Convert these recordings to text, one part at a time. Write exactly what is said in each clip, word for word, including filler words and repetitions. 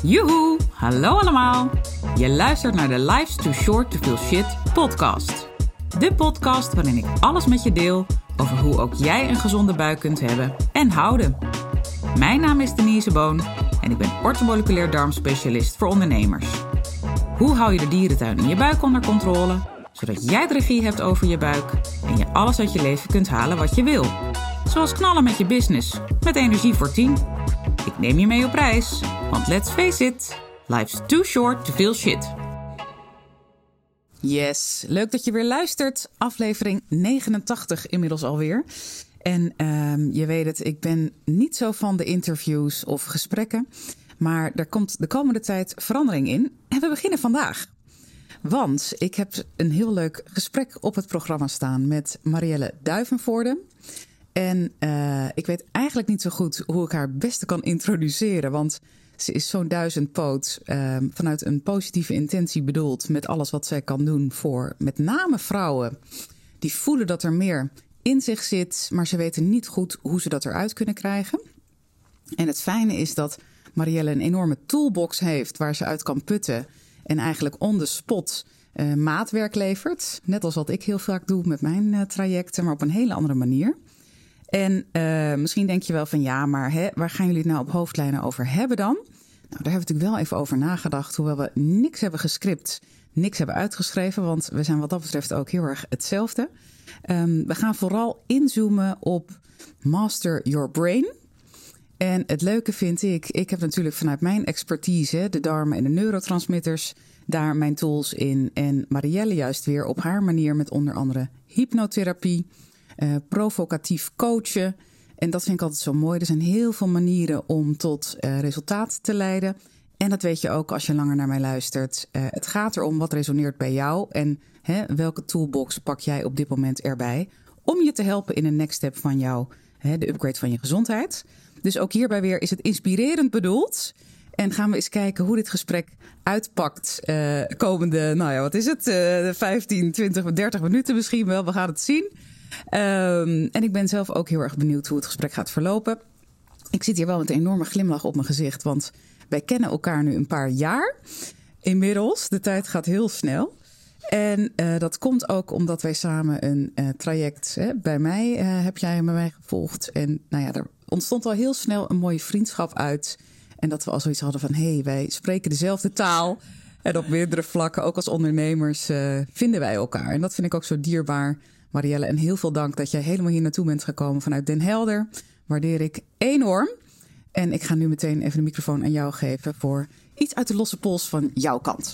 Joehoe, hallo allemaal. Je luistert naar de Life's Too Short to Feel Shit podcast. De podcast waarin ik alles met je deel over hoe ook jij een gezonde buik kunt hebben en houden. Mijn naam is Denise Boon en ik ben orthomoleculair darmspecialist voor ondernemers. Hoe hou je de dierentuin in je buik onder controle, zodat jij de regie hebt over je buik en je alles uit je leven kunt halen wat je wil. Zoals knallen met je business, met energie voor tien. Ik neem je mee op reis, want let's face it, life's too short to feel shit. Yes, leuk dat je weer luistert. Aflevering negenentachtig inmiddels alweer. En uh, je weet het, ik ben niet zo van de interviews of gesprekken. Maar er komt de komende tijd verandering in. En we beginnen vandaag. Want ik heb een heel leuk gesprek op het programma staan met Marielle Duivenvoorde. En uh, ik weet eigenlijk niet zo goed hoe ik haar het beste kan introduceren. Want ze is zo'n duizendpoot uh, vanuit een positieve intentie bedoeld met alles wat zij kan doen voor met name vrouwen die voelen dat er meer in zich zit, maar ze weten niet goed hoe ze dat eruit kunnen krijgen. En het fijne is dat Marielle een enorme toolbox heeft waar ze uit kan putten en eigenlijk on the spot uh, maatwerk levert. Net als wat ik heel vaak doe met mijn uh, trajecten, maar op een hele andere manier. En uh, misschien denk je wel van ja, maar hè, waar gaan jullie het nou op hoofdlijnen over hebben dan? Nou, daar hebben we natuurlijk wel even over nagedacht, hoewel we niks hebben gescript, niks hebben uitgeschreven, want we zijn wat dat betreft ook heel erg hetzelfde. Um, we gaan vooral inzoomen op Master Your Brain. En het leuke vind ik, ik heb natuurlijk vanuit mijn expertise, de darmen en de neurotransmitters, daar mijn tools in. En Marielle juist weer op haar manier met onder andere hypnotherapie, uh, provocatief coachen. En dat vind ik altijd zo mooi. Er zijn heel veel manieren om tot uh, resultaat te leiden. En dat weet je ook als je langer naar mij luistert. Uh, het gaat erom wat resoneert bij jou en hè, welke toolbox pak jij op dit moment erbij om je te helpen in een next step van jou, hè, de upgrade van je gezondheid. Dus ook hierbij weer is het inspirerend bedoeld. En gaan we eens kijken hoe dit gesprek uitpakt uh, komende, nou ja, wat is het? Uh, vijftien, twintig, dertig minuten misschien wel. We gaan het zien. Um, en ik ben zelf ook heel erg benieuwd hoe het gesprek gaat verlopen. Ik zit hier wel met een enorme glimlach op mijn gezicht, want wij kennen elkaar nu een paar jaar. Inmiddels, de tijd gaat heel snel. En uh, dat komt ook omdat wij samen een uh, traject, hè, bij mij uh, heb jij bij mij gevolgd. En nou ja, er ontstond al heel snel een mooie vriendschap uit. En dat we al zoiets hadden van, hé, hey, wij spreken dezelfde taal. En op meerdere vlakken, ook als ondernemers, uh, vinden wij elkaar. En dat vind ik ook zo dierbaar, Marielle. En heel veel dank dat jij helemaal hier naartoe bent gekomen vanuit Den Helder. Waardeer ik enorm. En ik ga nu meteen even de microfoon aan jou geven voor iets uit de losse pols van jouw kant.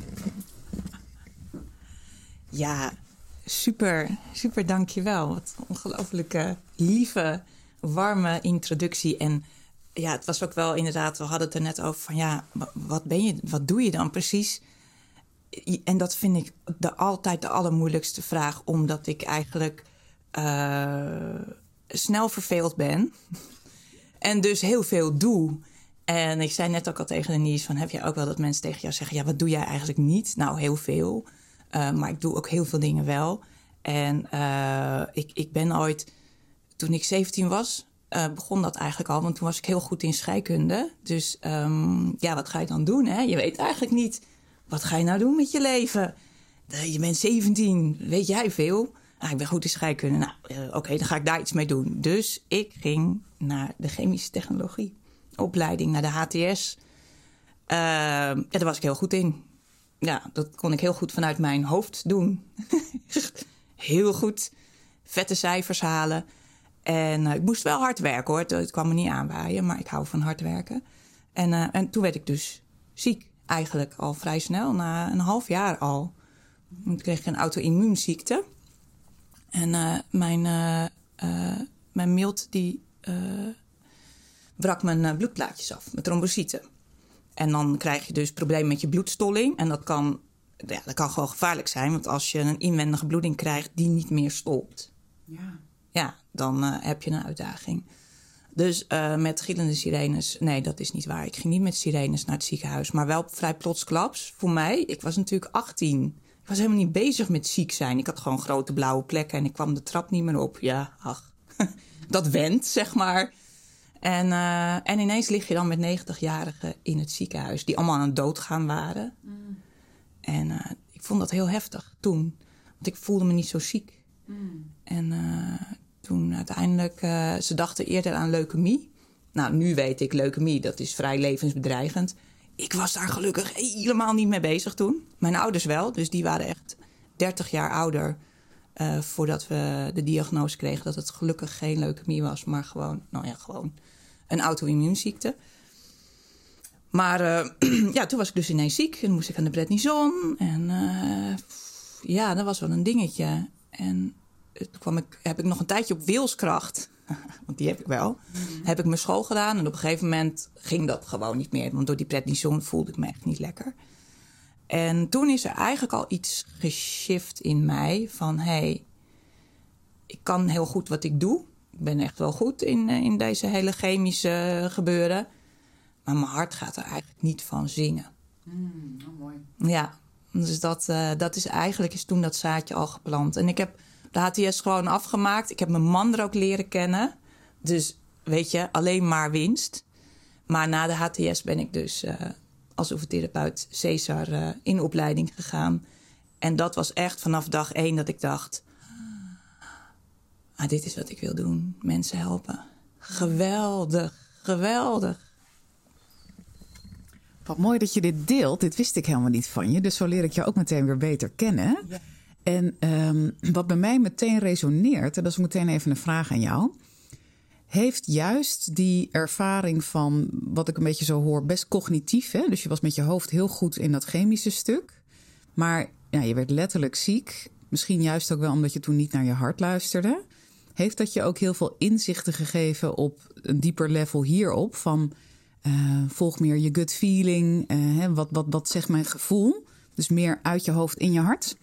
Ja, super, super dankjewel. Wat een ongelooflijke, lieve, warme introductie. En ja, het was ook wel inderdaad, we hadden het er net over van ja, wat ben je, wat doe je dan precies? En dat vind ik de, altijd de allermoeilijkste vraag, omdat ik eigenlijk uh, snel verveeld ben. En dus heel veel doe. En ik zei net ook al tegen Denise van, heb jij ook wel dat mensen tegen jou zeggen, ja, wat doe jij eigenlijk niet? Nou, heel veel. Uh, maar ik doe ook heel veel dingen wel. En uh, ik, ik ben ooit, toen ik zeventien was, uh, begon dat eigenlijk al. Want toen was ik heel goed in scheikunde. Dus um, ja, wat ga je dan doen? Hè? Je weet eigenlijk niet, wat ga je nou doen met je leven? Je bent zeventien, weet jij veel? Nou, ik ben goed in scheikunde. Nou, uh, oké, okay, dan ga ik daar iets mee doen. Dus ik ging naar de chemische technologie. Opleiding naar de H T S. Uh, ja, daar was ik heel goed in. Ja, dat kon ik heel goed vanuit mijn hoofd doen. Heel goed. Vette cijfers halen. En uh, ik moest wel hard werken, hoor. Het kwam me niet aanwaaien, maar ik hou van hard werken. En, uh, en toen werd ik dus ziek. Eigenlijk al vrij snel, na een half jaar al. Toen kreeg ik een auto-immuunziekte. En uh, mijn, uh, uh, mijn mild die uh, brak mijn uh, bloedplaatjes af. Met trombosieten. En dan krijg je dus problemen met je bloedstolling. En dat kan, ja, dat kan gewoon gevaarlijk zijn. Want als je een inwendige bloeding krijgt die niet meer stopt. Ja, ja dan uh, heb je een uitdaging. Dus uh, met gillende sirenes, nee, dat is niet waar. Ik ging niet met sirenes naar het ziekenhuis. Maar wel vrij plotsklaps voor mij. Ik was natuurlijk achttien. Ik was helemaal niet bezig met ziek zijn. Ik had gewoon grote blauwe plekken en ik kwam de trap niet meer op. Ja, ach, dat went, zeg maar. En, uh, en ineens lig je dan met negentigjarigen in het ziekenhuis... die allemaal aan het doodgaan waren. Mm. En uh, ik vond dat heel heftig toen. Want ik voelde me niet zo ziek. Mm. En uh, toen uiteindelijk... Uh, ze dachten eerder aan leukemie. Nou, nu weet ik, leukemie, dat is vrij levensbedreigend. Ik was daar gelukkig helemaal niet mee bezig toen. Mijn ouders wel, dus die waren echt dertig jaar ouder... Uh, voordat we de diagnose kregen dat het gelukkig geen leukemie was... maar gewoon, nou ja, gewoon een auto-immuunziekte. Maar uh, ja, toen was ik dus ineens ziek en moest ik aan de prednison. En uh, ja, dat was wel een dingetje. En toen kwam ik, heb ik nog een tijdje op wilskracht... want die heb ik wel, mm-hmm. heb ik mijn school gedaan. En op een gegeven moment ging dat gewoon niet meer. Want door die prednison voelde ik me echt niet lekker. En toen is er eigenlijk al iets geshift in mij. Van, hé, hey, ik kan heel goed wat ik doe. Ik ben echt wel goed in, in deze hele chemische gebeuren. Maar mijn hart gaat er eigenlijk niet van zingen. Mm, oh, mooi. Ja, dus dat, uh, dat is eigenlijk is toen dat zaadje al geplant. En ik heb de H T S gewoon afgemaakt. Ik heb mijn man er ook leren kennen. Dus weet je, alleen maar winst. Maar na de H T S ben ik dus uh, als oefentherapeut Cesar uh, in opleiding gegaan. En dat was echt vanaf dag één dat ik dacht... Ah, dit is wat ik wil doen. Mensen helpen. Geweldig, geweldig. Wat mooi dat je dit deelt. Dit wist ik helemaal niet van je. Dus zo leer ik je ook meteen weer beter kennen. Ja. En um, wat bij mij meteen resoneert, en dat is meteen even een vraag aan jou. Heeft juist die ervaring van, wat ik een beetje zo hoor, best cognitief. Hè? Dus je was met je hoofd heel goed in dat chemische stuk. Maar ja, je werd letterlijk ziek. Misschien juist ook wel omdat je toen niet naar je hart luisterde. Heeft dat je ook heel veel inzichten gegeven op een dieper level hierop? Van uh, volg meer je gut feeling. Uh, hè, wat, wat, wat zegt mijn gevoel? Dus meer uit je hoofd in je hart?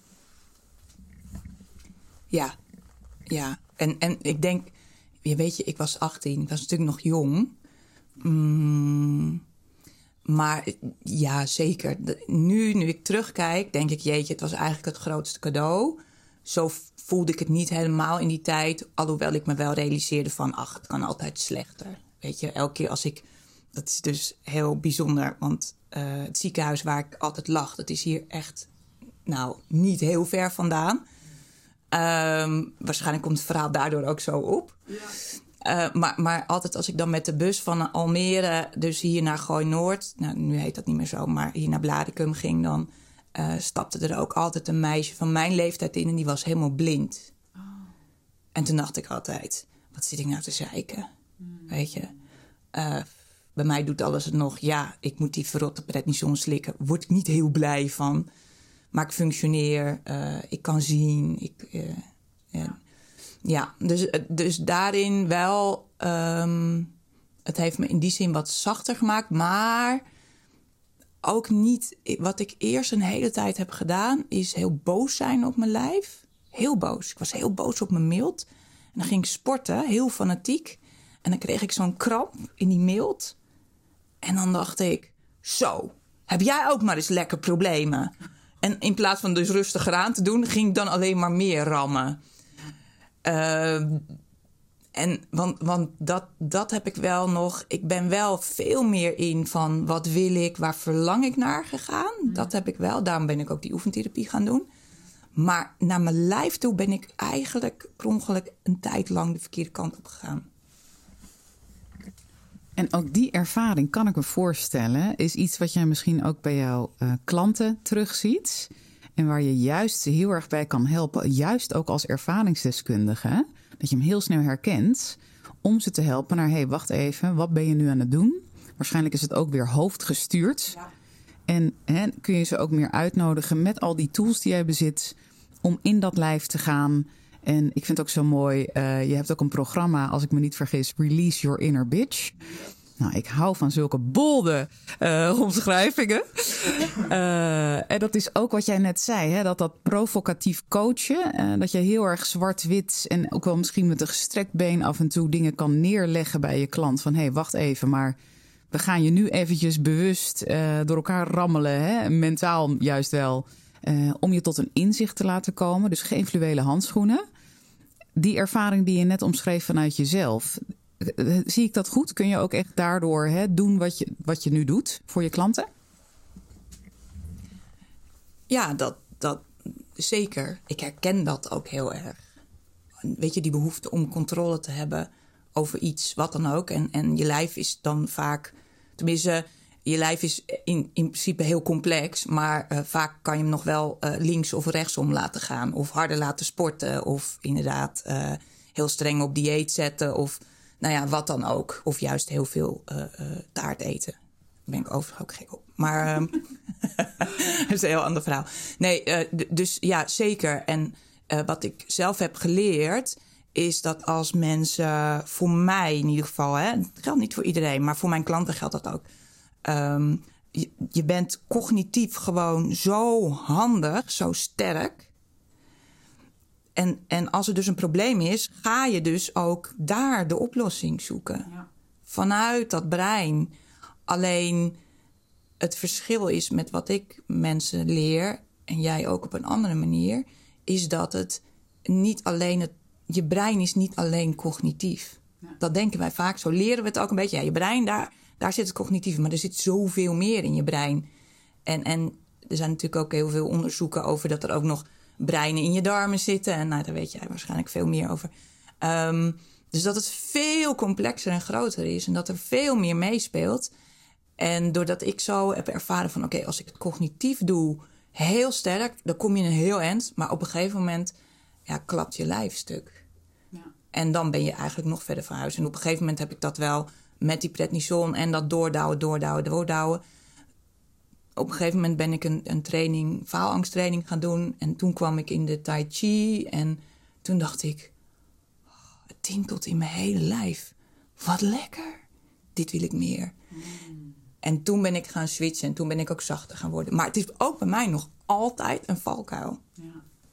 Ja, ja. En, en ik denk, je weet je, ik was achttien. Ik was natuurlijk nog jong. Mm, maar ja, zeker. Nu, nu ik terugkijk, denk ik, jeetje, het was eigenlijk het grootste cadeau. Zo voelde ik het niet helemaal in die tijd. Alhoewel ik me wel realiseerde van, ach, het kan altijd slechter. Weet je, elke keer als ik... Dat is dus heel bijzonder, want uh, het ziekenhuis waar ik altijd lag... dat is hier echt, nou, niet heel ver vandaan. Um, waarschijnlijk komt het verhaal daardoor ook zo op. Ja. Uh, maar, maar altijd als ik dan met de bus van Almere, dus hier naar Gooi-Noord... nou, nu heet dat niet meer zo, maar hier naar Blaricum ging... dan uh, stapte er ook altijd een meisje van mijn leeftijd in... en die was helemaal blind. Oh. En toen dacht ik altijd, wat zit ik nou te zeiken? Hmm. Weet je, uh, bij mij doet alles het nog. Ja, ik moet die verrotte prednison slikken. Word ik niet heel blij van... Maar ik functioneer, uh, ik kan zien. Ik, uh, ja. ja, dus, dus daarin wel... Um, het heeft me in die zin wat zachter gemaakt. Maar ook niet... Wat ik eerst een hele tijd heb gedaan... is heel boos zijn op mijn lijf. Heel boos. Ik was heel boos op mijn milt. En dan ging ik sporten, heel fanatiek. En dan kreeg ik zo'n kramp in die milt. En dan dacht ik... Zo, heb jij ook maar eens lekker problemen... En in plaats van dus rustiger aan te doen... ging ik dan alleen maar meer rammen. Uh, en want want dat, dat heb ik wel nog... Ik ben wel veel meer in van... wat wil ik, waar verlang ik naar gegaan. Mm. Dat heb ik wel. Daarom ben ik ook die oefentherapie gaan doen. Maar naar mijn lijf toe ben ik eigenlijk... per ongeluk een tijd lang de verkeerde kant op gegaan. En ook die ervaring, kan ik me voorstellen... is iets wat jij misschien ook bij jouw uh, klanten terugziet. En waar je juist heel erg bij kan helpen. Juist ook als ervaringsdeskundige. Dat je hem heel snel herkent. Om ze te helpen naar, hé, hey, wacht even. Wat ben je nu aan het doen? Waarschijnlijk is het ook weer hoofdgestuurd. Ja. En hè, kun je ze ook meer uitnodigen met al die tools die jij bezit... om in dat lijf te gaan... En ik vind het ook zo mooi, uh, je hebt ook een programma, als ik me niet vergis, Release Your Inner Bitch. Nou, ik hou van zulke bolde uh, omschrijvingen. Uh, en dat is ook wat jij net zei, hè, dat dat provocatief coachen, uh, dat je heel erg zwart-wit en ook wel misschien met een gestrekt been af en toe dingen kan neerleggen bij je klant. Van, hé, hey, wacht even, maar we gaan je nu eventjes bewust uh, door elkaar rammelen, hè, mentaal juist wel. Uh, om je tot een inzicht te laten komen. Dus geen fluwelen handschoenen. Die ervaring die je net omschreef vanuit jezelf. zie ik dat goed? Kun je ook echt daardoor hè, doen wat je, wat je nu doet voor je klanten? Ja, dat, dat zeker. Ik herken dat ook heel erg. Weet je, die behoefte om controle te hebben over iets, wat dan ook. En, en je lijf is dan vaak... Tenminste, je lijf is in, in principe heel complex... maar uh, vaak kan je hem nog wel uh, links of rechtsom laten gaan... of harder laten sporten... of inderdaad uh, heel streng op dieet zetten... of nou ja, wat dan ook. Of juist heel veel uh, uh, taart eten. Daar ben ik overigens ook gek op. Maar um, dat is een heel ander verhaal. Nee, uh, d- dus ja, zeker. En uh, wat ik zelf heb geleerd... is dat als mensen, voor mij in ieder geval... Hè, het geldt niet voor iedereen, maar voor mijn klanten geldt dat ook... Um, je, je bent cognitief gewoon zo handig, zo sterk. En, en als er dus een probleem is... ga je dus ook daar de oplossing zoeken. Ja. Vanuit dat brein. Alleen het verschil is met wat ik mensen leer... en jij ook op een andere manier... is dat het niet alleen... het je brein is niet alleen cognitief. Ja. Dat denken wij vaak. Zo leren we het ook een beetje. Ja, je brein, daar, daar zit het cognitieve. Maar er zit zoveel meer in je brein. En, en er zijn natuurlijk ook heel veel onderzoeken over... dat er ook nog breinen in je darmen zitten. En nou, daar weet jij waarschijnlijk veel meer over. Um, dus dat het veel complexer en groter is. En dat er veel meer meespeelt. En doordat ik zo heb ervaren van... oké, okay, als ik het cognitief doe, heel sterk... dan kom je in een heel eind. Maar op een gegeven moment... ja, klapt je lijf stuk. Ja. En dan ben je eigenlijk nog verder van huis. En op een gegeven moment heb ik dat wel met die prednison... en dat doordouwen, doordouwen, doordouwen. Op een gegeven moment ben ik een, een training, faalangsttraining gaan doen. En toen kwam ik in de tai chi. En toen dacht ik, oh, het tintelt in mijn hele lijf. Wat lekker. Dit wil ik meer. Mm. En toen ben ik gaan switchen. En toen ben ik ook zachter gaan worden. Maar het is ook bij mij nog altijd een valkuil. Ja.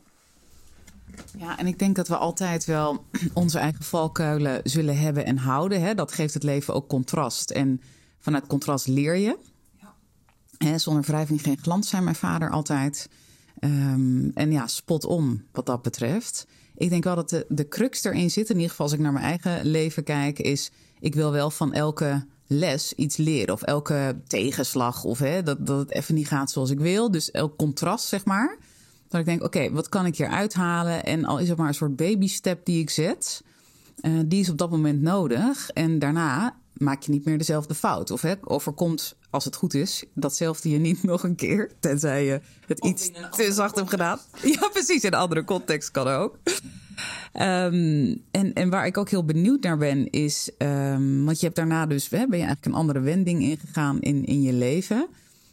Ja, en ik denk dat we altijd wel onze eigen valkuilen zullen hebben en houden. Hè? Dat geeft het leven ook contrast. En vanuit contrast leer je. Ja. Hè, zonder wrijving geen glans, zei mijn vader altijd. Um, en ja, spot on wat dat betreft. Ik denk wel dat de, de crux erin zit, in ieder geval als ik naar mijn eigen leven kijk... is ik wil wel van elke les iets leren. Of elke tegenslag. Of hè, dat, dat het even niet gaat zoals ik wil. Dus elk contrast, zeg maar... Dat ik denk, oké, okay, wat kan ik hier uithalen? En al is het maar een soort baby step die ik zet... Uh, die is op dat moment nodig. En daarna maak je niet meer dezelfde fout. Of hè, overkomt, als het goed is, datzelfde je niet nog een keer. Tenzij je het of iets te zacht hebt gedaan. Ja, precies. In een andere context kan ook. Um, en, en waar ik ook heel benieuwd naar ben is... Um, want je hebt daarna dus... Hè, ben je eigenlijk een andere wending ingegaan in, in je leven...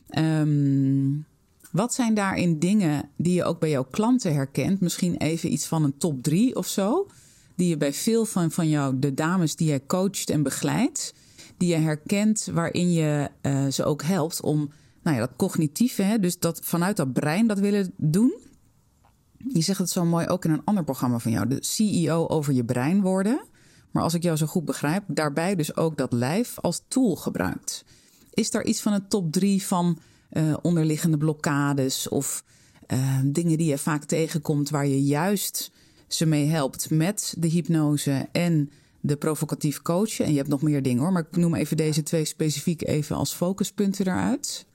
Um, Wat zijn daarin dingen die je ook bij jouw klanten herkent? Misschien even iets van een top drie of zo. Die je bij veel van, van jou, de dames die jij coacht en begeleidt... die je herkent waarin je uh, ze ook helpt om nou ja, dat cognitieve... Hè, dus dat vanuit dat brein dat willen doen. Je zegt het zo mooi ook in een ander programma van jou. De C E O over je brein worden. Maar als ik jou zo goed begrijp... daarbij dus ook dat lijf als tool gebruikt. Is daar iets van een top drie van... Uh, onderliggende blokkades of uh, dingen die je vaak tegenkomt... waar je juist ze mee helpt met de hypnose en de provocatief coachen. En je hebt nog meer dingen hoor, maar ik noem even deze twee specifiek even als focuspunten eruit.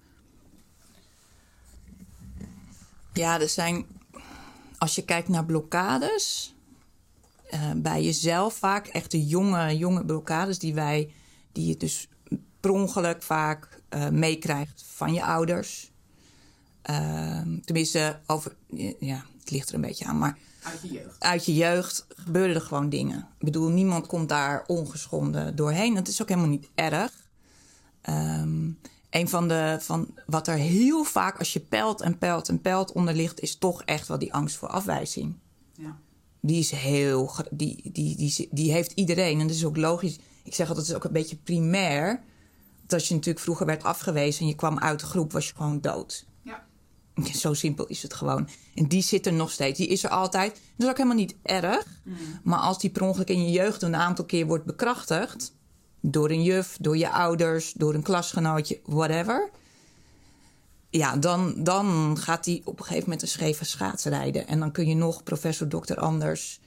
Ja, er zijn, als je kijkt naar blokkades... Uh, bij jezelf vaak echt de jonge, jonge blokkades die wij... die je dus per ongeluk vaak... Uh, meekrijgt van je ouders. Uh, tenminste, over, ja, het ligt er een beetje aan. Maar uit je jeugd. Uit je jeugd gebeuren er gewoon dingen. Ik bedoel, niemand komt daar ongeschonden doorheen. Dat is ook helemaal niet erg. Um, een van de, van wat er heel vaak als je pelt en pelt en pelt onder ligt... is toch echt wel die angst voor afwijzing. Ja. Die is heel... Die, die, die, die heeft iedereen. En dat is ook logisch. Ik zeg altijd, het is ook een beetje primair... Dat je natuurlijk vroeger werd afgewezen en je kwam uit de groep, was je gewoon dood. Ja. Zo simpel is het gewoon. En die zit er nog steeds. Die is er altijd. Dat is ook helemaal niet erg. Mm. Maar als die per ongeluk in je jeugd een aantal keer wordt bekrachtigd... door een juf, door je ouders, door een klasgenootje, whatever... ja, dan, dan gaat die op een gegeven moment een scheve schaats rijden. En dan kun je nog professor dokter Anders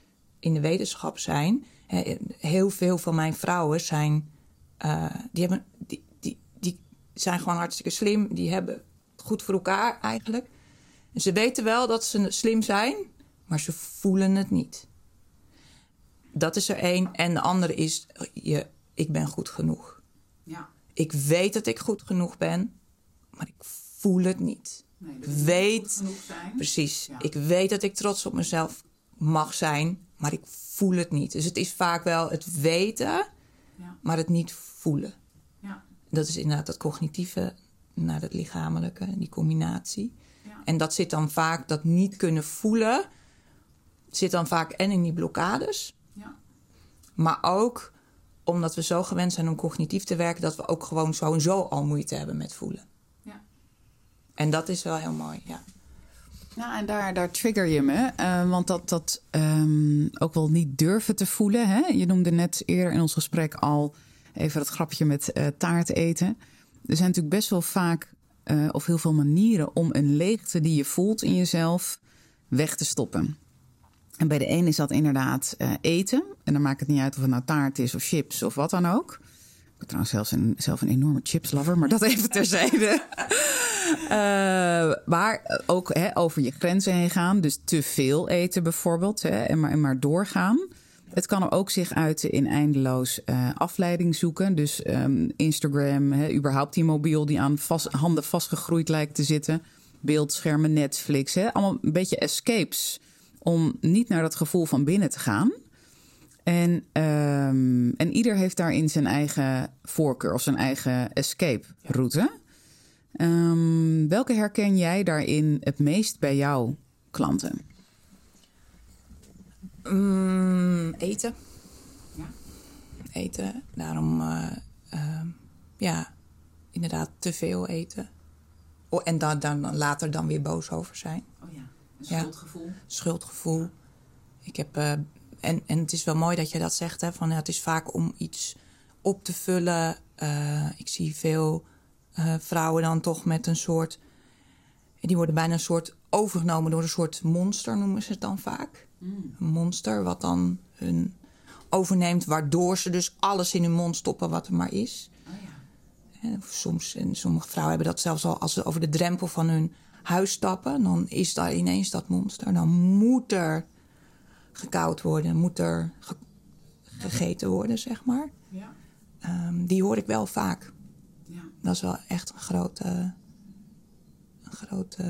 in de wetenschap zijn. Hè, heel veel van mijn vrouwen zijn, uh, die hebben, die, die, die zijn gewoon hartstikke slim. Die hebben goed voor elkaar eigenlijk. En ze weten wel dat ze slim zijn, maar ze voelen het niet. Dat is er één. En de andere is, je, ik ben goed genoeg. Ja. Ik weet dat ik goed genoeg ben, maar ik voel het niet. Nee, ik weet, genoeg zijn. Precies. Ja. Ik weet dat ik trots op mezelf mag zijn, maar ik voel het niet. Dus het is vaak wel het weten, ja. maar het niet voelen. Ja. Dat is inderdaad dat cognitieve naar het lichamelijke, die combinatie. Ja. En dat zit dan vaak, dat niet kunnen voelen, zit dan vaak en in die blokkades. Ja. Maar ook omdat we zo gewend zijn om cognitief te werken, dat we ook gewoon sowieso al moeite hebben met voelen. Ja. En dat is wel heel mooi, ja. Ja, en daar, daar trigger je me. Uh, want dat, dat um, ook wel niet durven te voelen. Hè? Je noemde net eerder in ons gesprek al even dat grapje met uh, taart eten. Er zijn natuurlijk best wel vaak uh, of heel veel manieren om een leegte die je voelt in jezelf weg te stoppen. En bij de een is dat inderdaad uh, eten. En dan maakt het niet uit of het nou taart is of chips of wat dan ook. Ik ben trouwens zelfs een, zelf een enorme chipslover, maar dat even terzijde. uh, maar ook hè, over je grenzen heen gaan. Dus te veel eten bijvoorbeeld. Hè, en, maar, en maar doorgaan. Het kan er ook zich uiten in eindeloos uh, afleiding zoeken. Dus um, Instagram, hè, überhaupt die mobiel die aan vast, handen vastgegroeid lijkt te zitten. Beeldschermen, Netflix. Hè, allemaal een beetje escapes om niet naar dat gevoel van binnen te gaan. En, um, en ieder heeft daarin zijn eigen voorkeur of zijn eigen escape-route. Um, welke herken jij daarin het meest bij jouw klanten? Um, eten. Ja. Eten. Daarom, uh, uh, ja, inderdaad te veel eten. Oh, en dan, dan later dan weer boos over zijn. Oh ja, een schuldgevoel. Ja, schuldgevoel. Ik heb... Uh, En, en het is wel mooi dat je dat zegt. Hè, van, ja, het is vaak om iets op te vullen. Uh, ik zie veel uh, vrouwen dan toch met een soort... Die worden bijna een soort overgenomen door een soort monster, noemen ze het dan vaak. Mm. Een monster wat dan hun overneemt, waardoor ze dus alles in hun mond stoppen wat er maar is. Oh ja. En soms, en sommige vrouwen hebben dat zelfs al als ze over de drempel van hun huis stappen. Dan is daar ineens dat monster. Dan moet er gekauwd worden, moet er ge- gegeten worden, zeg maar. Ja. Um, die hoor ik wel vaak. Ja. Dat is wel echt een grote... Een grote...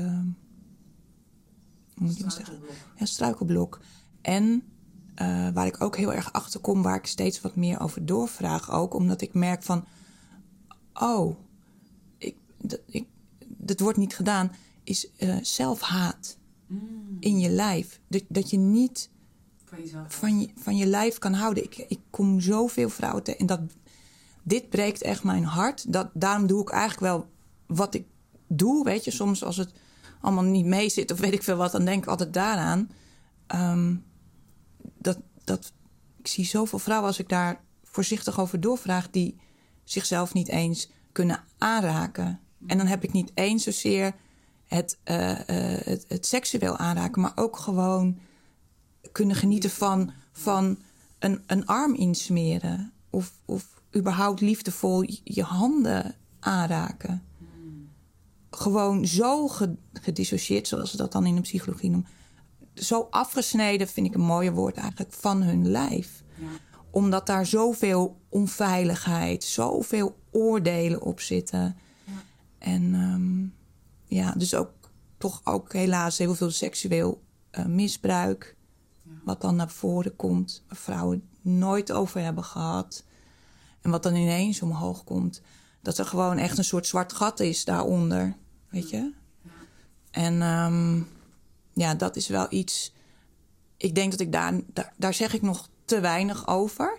Hoe moet je dat zeggen? Ja, struikelblok. En uh, waar ik ook heel erg achter kom, waar ik steeds wat meer over doorvraag ook, omdat ik merk van... Oh, ik, dat, ik, dat wordt niet gedaan, is uh, zelfhaat mm. in je lijf. Dat, dat je niet... Van, van, je, van je lijf kan houden. Ik, ik kom zoveel vrouwen tegen. En dat, dit breekt echt mijn hart. Dat, daarom doe ik eigenlijk wel wat ik doe. Weet je, soms als het allemaal niet mee zit of weet ik veel wat, dan denk ik altijd daaraan. Um, dat, dat, ik zie zoveel vrouwen als ik daar voorzichtig over doorvraag, die zichzelf niet eens kunnen aanraken. En dan heb ik niet eens zozeer het, uh, uh, het, het seksueel aanraken, maar ook gewoon kunnen genieten van, van een, een arm insmeren. Of, of überhaupt liefdevol je handen aanraken. Hmm. Gewoon zo gedissocieerd, zoals ze dat dan in de psychologie noemen. Zo afgesneden, vind ik een mooier woord eigenlijk, van hun lijf. Ja. Omdat daar zoveel onveiligheid, zoveel oordelen op zitten. Ja. En um, ja, dus ook toch ook helaas heel veel seksueel uh, misbruik. Wat dan naar voren komt, waar vrouwen nooit over hebben gehad. En wat dan ineens omhoog komt. Dat er gewoon echt een soort zwart gat is daaronder. Weet je? Ja. En um, ja, dat is wel iets... Ik denk dat ik daar, daar... Daar zeg ik nog te weinig over.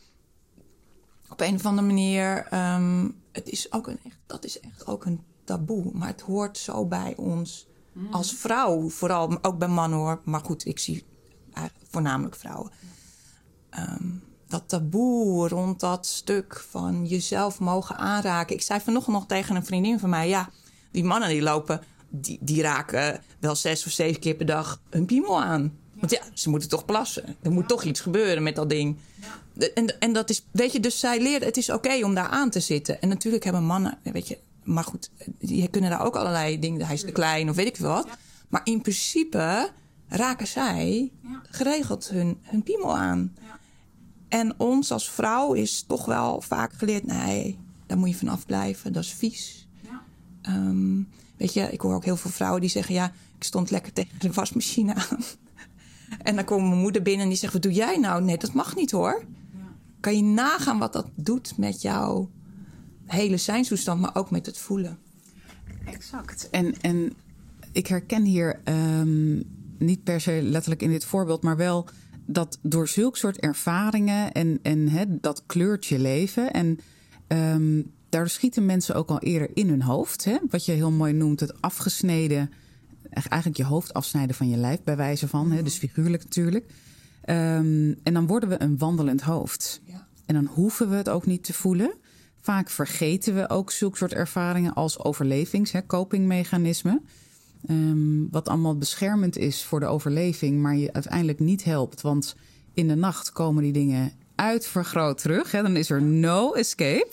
Op een of andere manier... Um, het is ook een, echt, dat is echt ook een taboe. Maar het hoort zo bij ons mm. als vrouw. Vooral, ook bij mannen hoor. Maar goed, ik zie... voornamelijk vrouwen. Um, dat taboe rond dat stuk van jezelf mogen aanraken. Ik zei vanochtend nog tegen een vriendin van mij... ja, die mannen die lopen, die, die raken wel zes of zeven keer per dag hun piemel aan. Want ja, ze moeten toch plassen. Er moet toch iets gebeuren met dat ding. En, en dat is, weet je, dus zij leert, het is oké okay om daar aan te zitten. En natuurlijk hebben mannen, weet je, maar goed, die kunnen daar ook allerlei dingen. Hij is te klein of weet ik veel wat. Maar in principe raken zij geregeld hun, hun piemel aan. En ons als vrouw is toch wel vaak geleerd, nee, daar moet je van afblijven, dat is vies. Um, weet je, ik hoor ook heel veel vrouwen die zeggen, ja, ik stond lekker tegen de wasmachine aan. En dan komt mijn moeder binnen en die zegt, wat doe jij nou? Nee, dat mag niet hoor. Ja. Kan je nagaan wat dat doet met jouw hele zijnstoestand, maar ook met het voelen. Exact. En, en ik herken hier um, niet per se letterlijk in dit voorbeeld, maar wel dat door zulk soort ervaringen en, en he, dat kleurt je leven. En um, daar schieten mensen ook al eerder in hun hoofd. Hè? Wat je heel mooi noemt, het afgesneden, eigenlijk je hoofd afsnijden van je lijf, bij wijze van. Hè? Dus figuurlijk natuurlijk. Um, en dan worden we een wandelend hoofd. Ja. En dan hoeven we het ook niet te voelen. Vaak vergeten we ook zulke soort ervaringen als overlevings, hè, copingmechanismen. Um, wat allemaal beschermend is voor de overleving, maar je uiteindelijk niet helpt. Want in de nacht komen die dingen uitvergroot terug. Hè, dan is er no escape.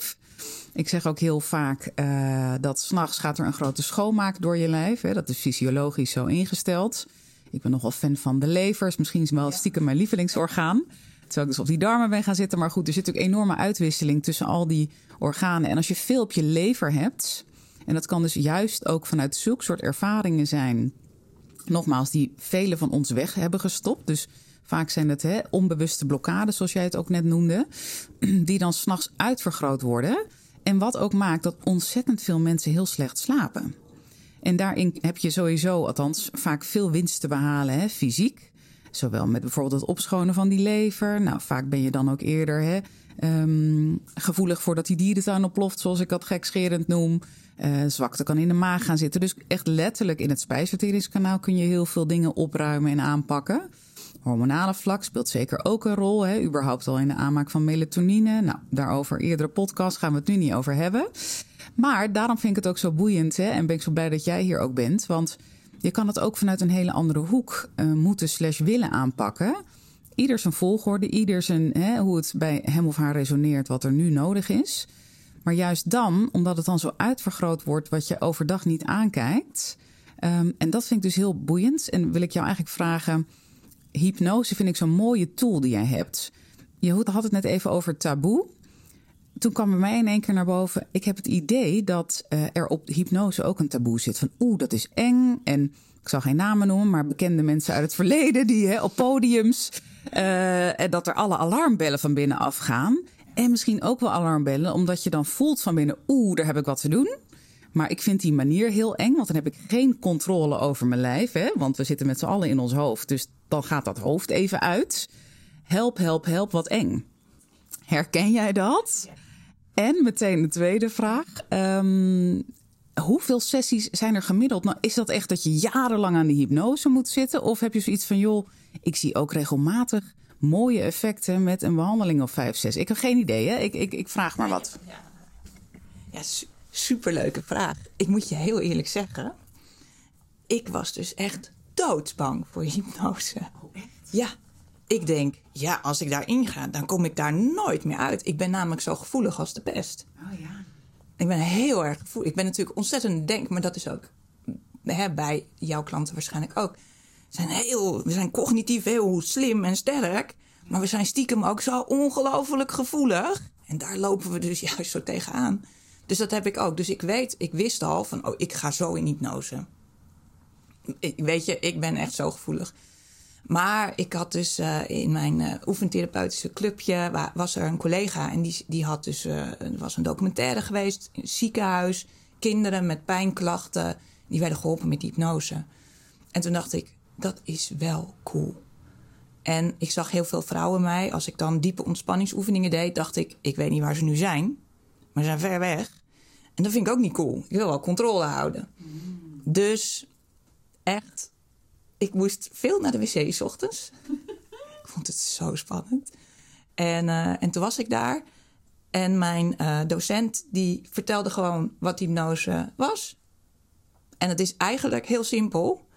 Ik zeg ook heel vaak uh, dat 's nachts gaat er een grote schoonmaak door je lijf. Hè, dat is fysiologisch zo ingesteld. Ik ben nogal fan van de levers. Misschien is wel stiekem mijn lievelingsorgaan. Terwijl ik dus op die darmen ben gaan zitten. Maar goed, er zit natuurlijk enorme uitwisseling tussen al die organen. En als je veel op je lever hebt, en dat kan dus juist ook vanuit zulke soort ervaringen zijn, nogmaals, die velen van ons weg hebben gestopt. Dus vaak zijn het hè, onbewuste blokkades, zoals jij het ook net noemde, die dan 's nachts uitvergroot worden. En wat ook maakt dat ontzettend veel mensen heel slecht slapen. En daarin heb je sowieso, althans, vaak veel winst te behalen, hè, fysiek. Zowel met bijvoorbeeld het opschonen van die lever. Nou, vaak ben je dan ook eerder hè, um, gevoelig voor dat die dierentuin oploft, zoals ik dat gekscherend noem. Uh, zwakte kan in de maag gaan zitten. Dus echt letterlijk in het spijsverteringskanaal kun je heel veel dingen opruimen en aanpakken. Hormonale vlak speelt zeker ook een rol. Hè? Überhaupt al in de aanmaak van melatonine. Nou, daarover eerdere podcast gaan we het nu niet over hebben. Maar daarom vind ik het ook zo boeiend. Hè? En ben ik zo blij dat jij hier ook bent. Want je kan het ook vanuit een hele andere hoek uh, moeten slash willen aanpakken. Ieder zijn volgorde, ieder zijn hè, hoe het bij hem of haar resoneert, wat er nu nodig is. Maar juist dan, omdat het dan zo uitvergroot wordt wat je overdag niet aankijkt. Um, en dat vind ik dus heel boeiend. En wil ik jou eigenlijk vragen, hypnose vind ik zo'n mooie tool die jij hebt. Je had het net even over taboe. Toen kwam bij mij in één keer naar boven, ik heb het idee dat uh, er op hypnose ook een taboe zit. Van oeh, dat is eng. En ik zal geen namen noemen, maar bekende mensen uit het verleden die hè, op podiums. Uh, en dat er alle alarmbellen van binnen afgaan. En misschien ook wel alarmbellen, omdat je dan voelt van binnen, oeh, daar heb ik wat te doen. Maar ik vind die manier heel eng, want dan heb ik geen controle over mijn lijf. Hè? Want we zitten met z'n allen in ons hoofd, dus dan gaat dat hoofd even uit. Help, help, help, wat eng. Herken jij dat? Ja. En meteen de tweede vraag. Um, hoeveel sessies zijn er gemiddeld? Nou, is dat echt dat je jarenlang aan de hypnose moet zitten? Of heb je zoiets van, joh, ik zie ook regelmatig mooie effecten met een behandeling of vijf, zes. Ik heb geen idee, hè? Ik, ik, ik vraag maar wat. Ja, ja su- superleuke vraag. Ik moet je heel eerlijk zeggen, ik was dus echt doodsbang voor hypnose. Oh, echt? Ja, ik denk, ja, als ik daarin ga, dan kom ik daar nooit meer uit. Ik ben namelijk zo gevoelig als de pest. Oh ja. Ik ben heel erg gevoelig. Ik ben natuurlijk ontzettend denk, maar dat is ook hè, bij jouw klanten waarschijnlijk ook. Zijn heel, we zijn cognitief heel slim en sterk, maar we zijn stiekem ook zo ongelooflijk gevoelig. En daar lopen we dus juist zo tegenaan. Dus dat heb ik ook. Dus ik weet, ik wist al van, oh, ik ga zo in hypnose. Ik, weet je, ik ben echt zo gevoelig. Maar ik had dus uh, in mijn uh, oefentherapeutische clubje, waar, was er een collega en die, die had dus, uh, er was een documentaire geweest in het ziekenhuis. Kinderen met pijnklachten, die werden geholpen met hypnose. En toen dacht ik, dat is wel cool. En ik zag heel veel vrouwen mij. Als ik dan diepe ontspanningsoefeningen deed, dacht ik, ik weet niet waar ze nu zijn. Maar ze zijn ver weg. En dat vind ik ook niet cool. Ik wil wel controle houden. Mm. Dus echt, ik moest veel naar de wc 's ochtends. Ik vond het zo spannend. En, uh, en toen was ik daar. En mijn uh, docent die vertelde gewoon wat hypnose was. En het is eigenlijk heel simpel.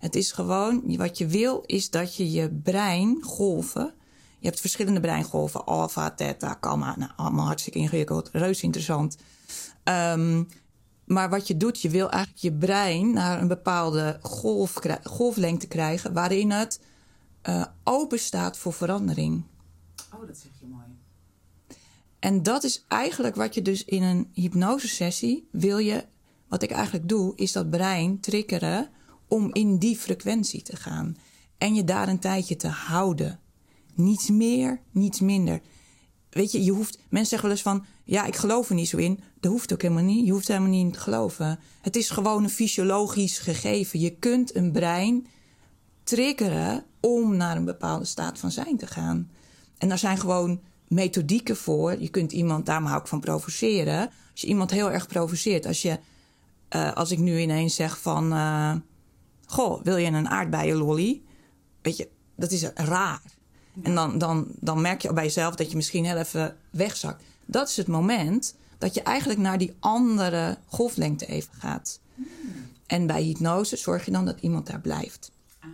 Het is gewoon, wat je wil is dat je je breingolven... Je hebt verschillende breingolven, alfa, theta, gamma. Nou, allemaal hartstikke ingewikkeld, reuze interessant. Um, maar wat je doet, je wil eigenlijk je brein naar een bepaalde golf, golflengte krijgen... waarin het uh, open staat voor verandering. Oh, dat zeg je mooi. En dat is eigenlijk wat je dus in een hypnosesessie wil je... Wat ik eigenlijk doe, is dat brein triggeren om in die frequentie te gaan. En je daar een tijdje te houden. Niets meer, niets minder. Weet je, je hoeft... Mensen zeggen wel eens van... Ja, ik geloof er niet zo in. Dat hoeft ook helemaal niet. Je hoeft helemaal niet in te geloven. Het is gewoon een fysiologisch gegeven. Je kunt een brein triggeren om naar een bepaalde staat van zijn te gaan. En daar zijn gewoon methodieken voor. Je kunt iemand, daarom hou ik van provoceren. Als je iemand heel erg provoceert. Als je, uh, als ik nu ineens zeg van... Uh, goh, wil je een aardbeienlolly? Weet je, dat is raar. En dan, dan, dan merk je bij jezelf dat je misschien heel even wegzakt. Dat is het moment dat je eigenlijk naar die andere golflengte even gaat. Mm. En bij hypnose zorg je dan dat iemand daar blijft. Ah.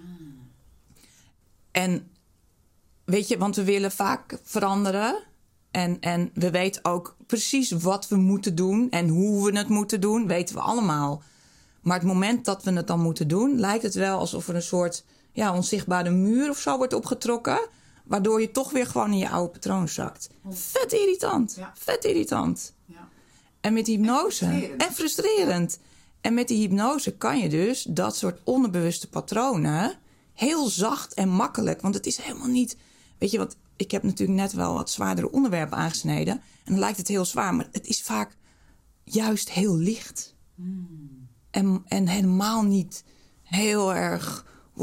En weet je, want we willen vaak veranderen. En, en we weten ook precies wat we moeten doen en hoe we het moeten doen, weten we allemaal. Maar het moment dat we het dan moeten doen, lijkt het wel alsof er een soort ja, onzichtbare muur of zo wordt opgetrokken. Waardoor je toch weer gewoon in je oude patroon zakt. Vet irritant. Ja. Vet irritant. Ja. En met hypnose... En frustrerend. en frustrerend. En met die hypnose kan je dus dat soort onderbewuste patronen... heel zacht en makkelijk... want het is helemaal niet... Weet je, want ik heb natuurlijk net wel wat zwaardere onderwerpen aangesneden... en dan lijkt het heel zwaar... maar het is vaak juist heel licht. Hmm. En, en helemaal niet heel erg...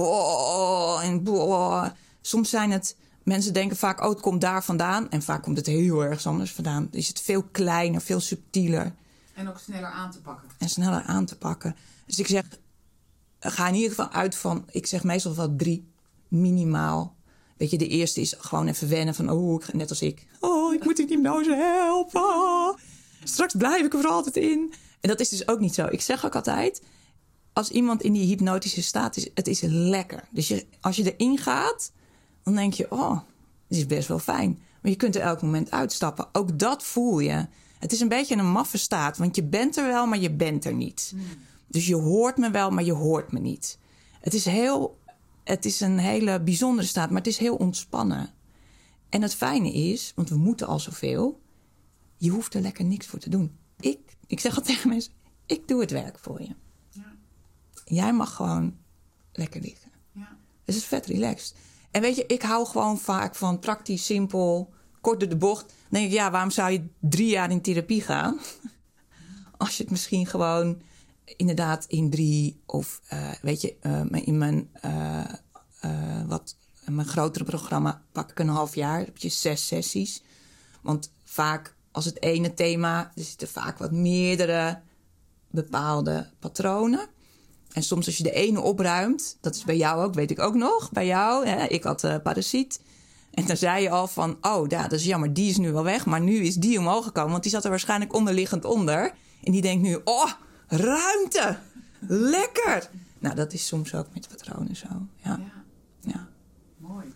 Wow, en wow. Soms zijn het... Mensen denken vaak, oh, het komt daar vandaan. En vaak komt het heel erg anders vandaan. Dan is het veel kleiner, veel subtieler. En ook sneller aan te pakken. En sneller aan te pakken. Dus ik zeg, ga in ieder geval uit van... Ik zeg meestal wel drie, minimaal. Weet je, de eerste is gewoon even wennen van... Oh, net als ik. Oh, ik moet die hypnose helpen. Straks blijf ik er altijd in. En dat is dus ook niet zo. Ik zeg ook altijd... Als iemand in die hypnotische staat is, het is lekker. Dus je, als je erin gaat... Dan denk je, oh, dit is best wel fijn. Maar je kunt er elk moment uitstappen. Ook dat voel je. Het is een beetje een maffe staat. Want je bent er wel, maar je bent er niet. Mm. Dus je hoort me wel, maar je hoort me niet. Het is, heel, het is een hele bijzondere staat, maar het is heel ontspannen. En het fijne is, want we moeten al zoveel... je hoeft er lekker niks voor te doen. Ik, ik zeg al tegen mensen, ik doe het werk voor je. Ja. Jij mag gewoon lekker liggen. Ja. Dus het is vet relaxed. En weet je, ik hou gewoon vaak van praktisch, simpel, kort door de bocht. Dan denk ik, ja, waarom zou je drie jaar in therapie gaan? Als je het misschien gewoon inderdaad in drie... of uh, weet je, uh, in mijn, uh, uh, wat, mijn grotere programma pak ik een half jaar. Dan heb je zes sessies. Want vaak als het ene thema... er zitten vaak wat meerdere bepaalde patronen. En soms als je de ene opruimt, dat is bij jou ook, weet ik ook nog, bij jou. Hè, ik had uh, parasiet. En dan zei je al van, oh, ja, dat is jammer, die is nu wel weg. Maar nu is die omhoog gekomen, want die zat er waarschijnlijk onderliggend onder. En die denkt nu, oh, ruimte, lekker. Nou, dat is soms ook met patronen zo, ja. ja. ja. Mooi.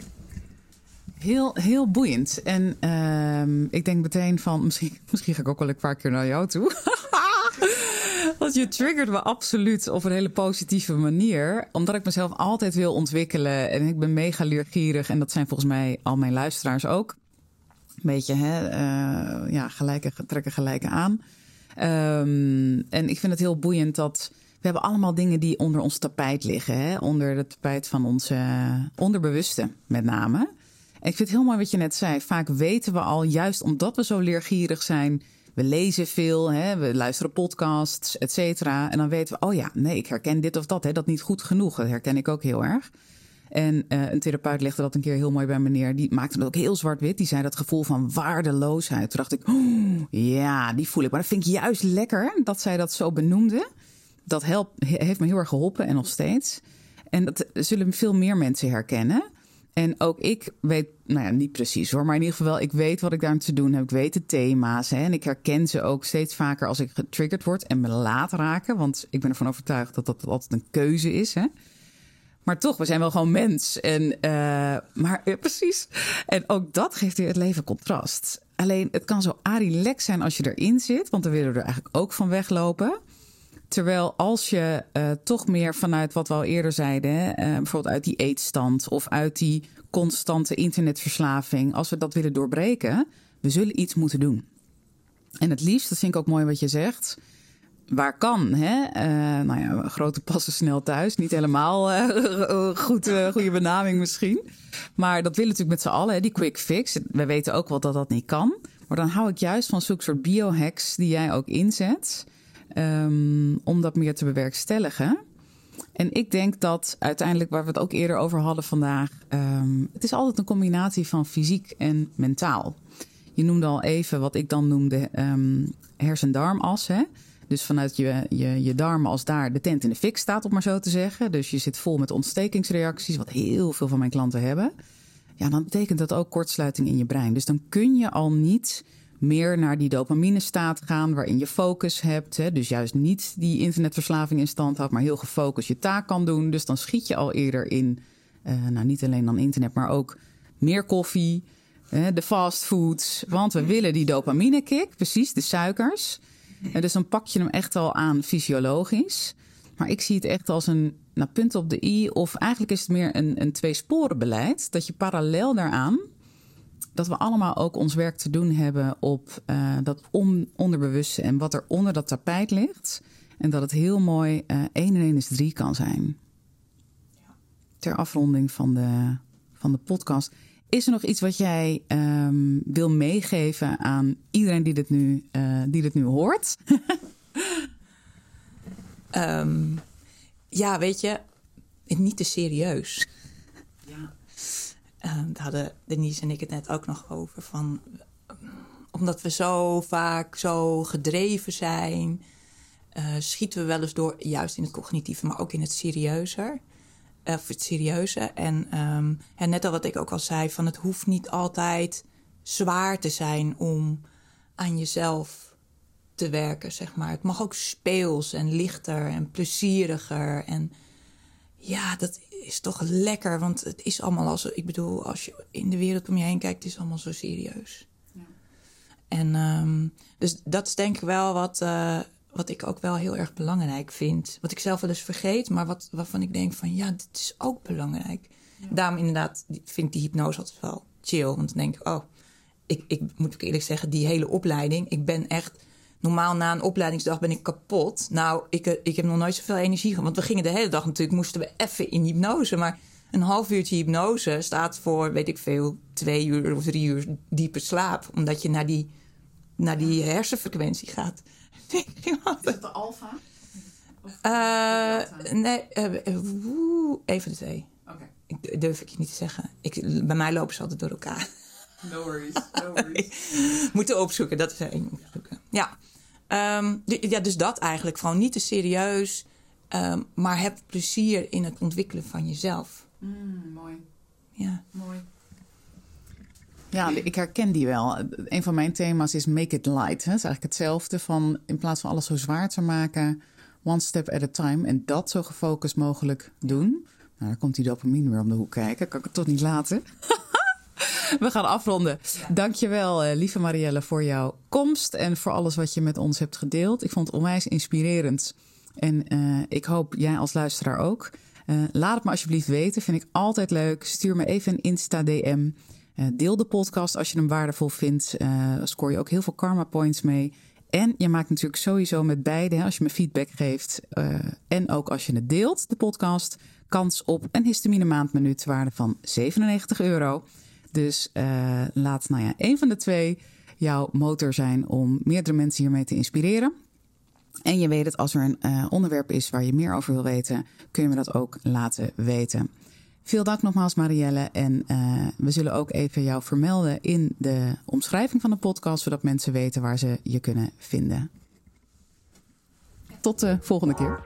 Heel, heel boeiend. En uh, ik denk meteen van, misschien, misschien ga ik ook wel een paar keer naar jou toe. Want je triggert me absoluut op een hele positieve manier. Omdat ik mezelf altijd wil ontwikkelen. En ik ben mega leergierig. En dat zijn volgens mij al mijn luisteraars ook. Een beetje, hè, uh, ja, gelijke trekken gelijke aan. Um, en ik vind het heel boeiend dat... We hebben allemaal dingen die onder ons tapijt liggen. Hè? Onder het tapijt van onze onderbewuste met name. En ik vind het heel mooi wat je net zei. Vaak weten we al, juist omdat we zo leergierig zijn... We lezen veel, hè, we luisteren podcasts, et cetera. En dan weten we, oh ja, nee, ik herken dit of dat. Hè, dat niet goed genoeg, dat herken ik ook heel erg. En uh, een therapeut legde dat een keer heel mooi bij meneer. Die maakte het ook heel zwart-wit. Die zei dat gevoel van waardeloosheid. Toen dacht ik, oh, ja, die voel ik. Maar dat vind ik juist lekker dat zij dat zo benoemde. Dat helpt, heeft me heel erg geholpen en nog steeds. En dat zullen veel meer mensen herkennen. En ook ik weet, nou ja, niet precies hoor, maar in ieder geval wel, ik weet wat ik daar te doen heb. Ik weet de thema's hè, en ik herken ze ook steeds vaker als ik getriggerd word en me laat raken. Want ik ben ervan overtuigd dat dat altijd een keuze is. Hè. Maar toch, we zijn wel gewoon mens. En, uh, maar ja, precies. En ook dat geeft weer het leven contrast. Alleen, het kan zo arilex zijn als je erin zit. Want dan willen we er eigenlijk ook van weglopen. Terwijl als je uh, toch meer vanuit wat we al eerder zeiden... Hè, uh, bijvoorbeeld uit die eetstand of uit die constante internetverslaving... als we dat willen doorbreken, we zullen iets moeten doen. En het liefst, dat vind ik ook mooi wat je zegt... Waar kan, hè? Uh, nou ja, grote passen snel thuis. Niet helemaal uh, goed, uh, goede benaming misschien. Maar dat willen we natuurlijk met z'n allen, hè? Die quick fix. We weten ook wel dat dat niet kan. Maar dan hou ik juist van zulke soort biohacks die jij ook inzet... Um, om dat meer te bewerkstelligen. En ik denk dat uiteindelijk, waar we het ook eerder over hadden vandaag... Um, het is altijd een combinatie van fysiek en mentaal. Je noemde al even wat ik dan noemde um, hersen-darmas, hè? Dus vanuit je, je, je darmen als daar de tent in de fik staat, om maar zo te zeggen. Dus je zit vol met ontstekingsreacties, wat heel veel van mijn klanten hebben. Ja, dan betekent dat ook kortsluiting in je brein. Dus dan kun je al niet meer naar die dopamine-staat gaan, waarin je focus hebt. Hè? Dus juist niet die internetverslaving in stand houdt, maar heel gefocust je taak kan doen. Dus dan schiet je al eerder in, uh, nou niet alleen dan internet, maar ook meer koffie, uh, de fastfoods. Want we willen die dopamine-kick, precies, de suikers. En dus dan pak je hem echt al aan fysiologisch. Maar ik zie het echt als een nou, punt op de i. Of eigenlijk is het meer een, een tweesporenbeleid. Dat je parallel daaraan, dat we allemaal ook ons werk te doen hebben op uh, dat on, onderbewuste en wat er onder dat tapijt ligt. En dat het heel mooi uh, één en één is drie kan zijn. Ter afronding van de, van de podcast. Is er nog iets wat jij um, wil meegeven aan iedereen die dit nu, uh, die dit nu hoort? um, ja, weet je, niet te serieus. Ja. Uh, daar hadden Denise en ik het net ook nog over. Van, omdat we zo vaak zo gedreven zijn, uh, schieten we wel eens door, juist in het cognitieve, maar ook in het serieuzer. Of het serieuze. En, um, en net al wat ik ook al zei, van het hoeft niet altijd zwaar te zijn om aan jezelf te werken, zeg maar. Het mag ook speels en lichter en plezieriger. En ja, dat is toch lekker, want het is allemaal als, ik bedoel, als je in de wereld om je heen kijkt, het is allemaal zo serieus. Ja. En um, dus dat is denk ik wel wat... Uh, Wat ik ook wel heel erg belangrijk vind. Wat ik zelf wel eens vergeet, maar wat, waarvan ik denk van ja, dit is ook belangrijk. Ja. Daarom inderdaad vind ik die hypnose altijd wel chill. Want dan denk ik, oh, ik, ik moet ook eerlijk zeggen, die hele opleiding. Ik ben echt, normaal na een opleidingsdag ben ik kapot. Nou, ik, ik heb nog nooit zoveel energie gehad. Want we gingen de hele dag natuurlijk, moesten we even in hypnose. Maar een half uurtje hypnose staat voor, weet ik veel, twee uur of drie uur diepe slaap. Omdat je naar die, naar die hersenfrequentie gaat. Is het de alfa? Uh, nee, uh, woe, even de twee. Okay. Ik durf ik je niet te zeggen. Ik, bij mij lopen ze altijd door elkaar. No worries, no worries. Moeten opzoeken, dat is één opzoeken. Ja. Um, d- ja, dus dat eigenlijk. Gewoon niet te serieus, um, maar heb plezier in het ontwikkelen van jezelf. Mm, mooi. Ja. Mooi. Ja, ik herken die wel. Een van mijn thema's is make it light. Het is eigenlijk hetzelfde van in plaats van alles zo zwaar te maken, one step at a time. En dat zo gefocust mogelijk doen. Nou, dan komt die dopamine weer om de hoek kijken. Kan ik het toch niet laten. We gaan afronden. Ja. Dankjewel, lieve Marielle, voor jouw komst en voor alles wat je met ons hebt gedeeld. Ik vond het onwijs inspirerend. En uh, ik hoop jij als luisteraar ook. Uh, laat het me alsjeblieft weten. Vind ik altijd leuk. Stuur me even een Insta-D M. Uh, deel de podcast als je hem waardevol vindt. Uh, scoor je ook heel veel karma points mee. En je maakt natuurlijk sowieso met beide, hè, als je me feedback geeft uh, en ook als je het deelt, de podcast, kans op een histamine maandmenu waarde van zevenennegentig euro. Dus uh, laat nou ja, één van de twee jouw motor zijn om meerdere mensen hiermee te inspireren. En je weet het, als er een uh, onderwerp is waar je meer over wil weten, kun je me dat ook laten weten. Veel dank nogmaals, Marielle. En uh, we zullen ook even jou vermelden in de omschrijving van de podcast, zodat mensen weten waar ze je kunnen vinden. Tot de volgende keer.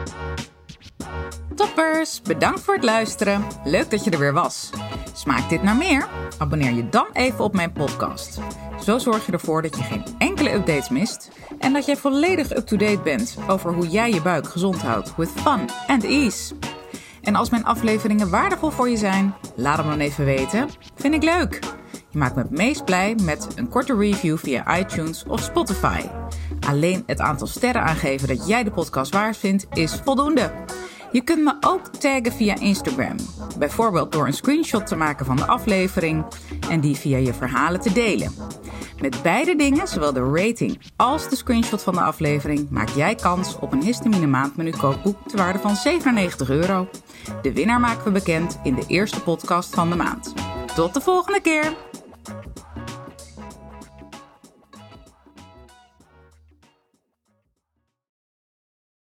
Toppers, bedankt voor het luisteren. Leuk dat je er weer was. Smaakt dit naar meer? Abonneer je dan even op mijn podcast. Zo zorg je ervoor dat je geen enkele updates mist en dat jij volledig up-to-date bent over hoe jij je buik gezond houdt with fun and ease. En als mijn afleveringen waardevol voor je zijn, laat hem dan even weten. Vind ik leuk. Je maakt me het meest blij met een korte review via iTunes of Spotify. Alleen het aantal sterren aangeven dat jij de podcast waard vindt is voldoende. Je kunt me ook taggen via Instagram. Bijvoorbeeld door een screenshot te maken van de aflevering en die via je verhalen te delen. Met beide dingen, zowel de rating als de screenshot van de aflevering, maak jij kans op een Histamine Maandmenu kookboek ter waarde van zevenennegentig euro. De winnaar maken we bekend in de eerste podcast van de maand. Tot de volgende keer!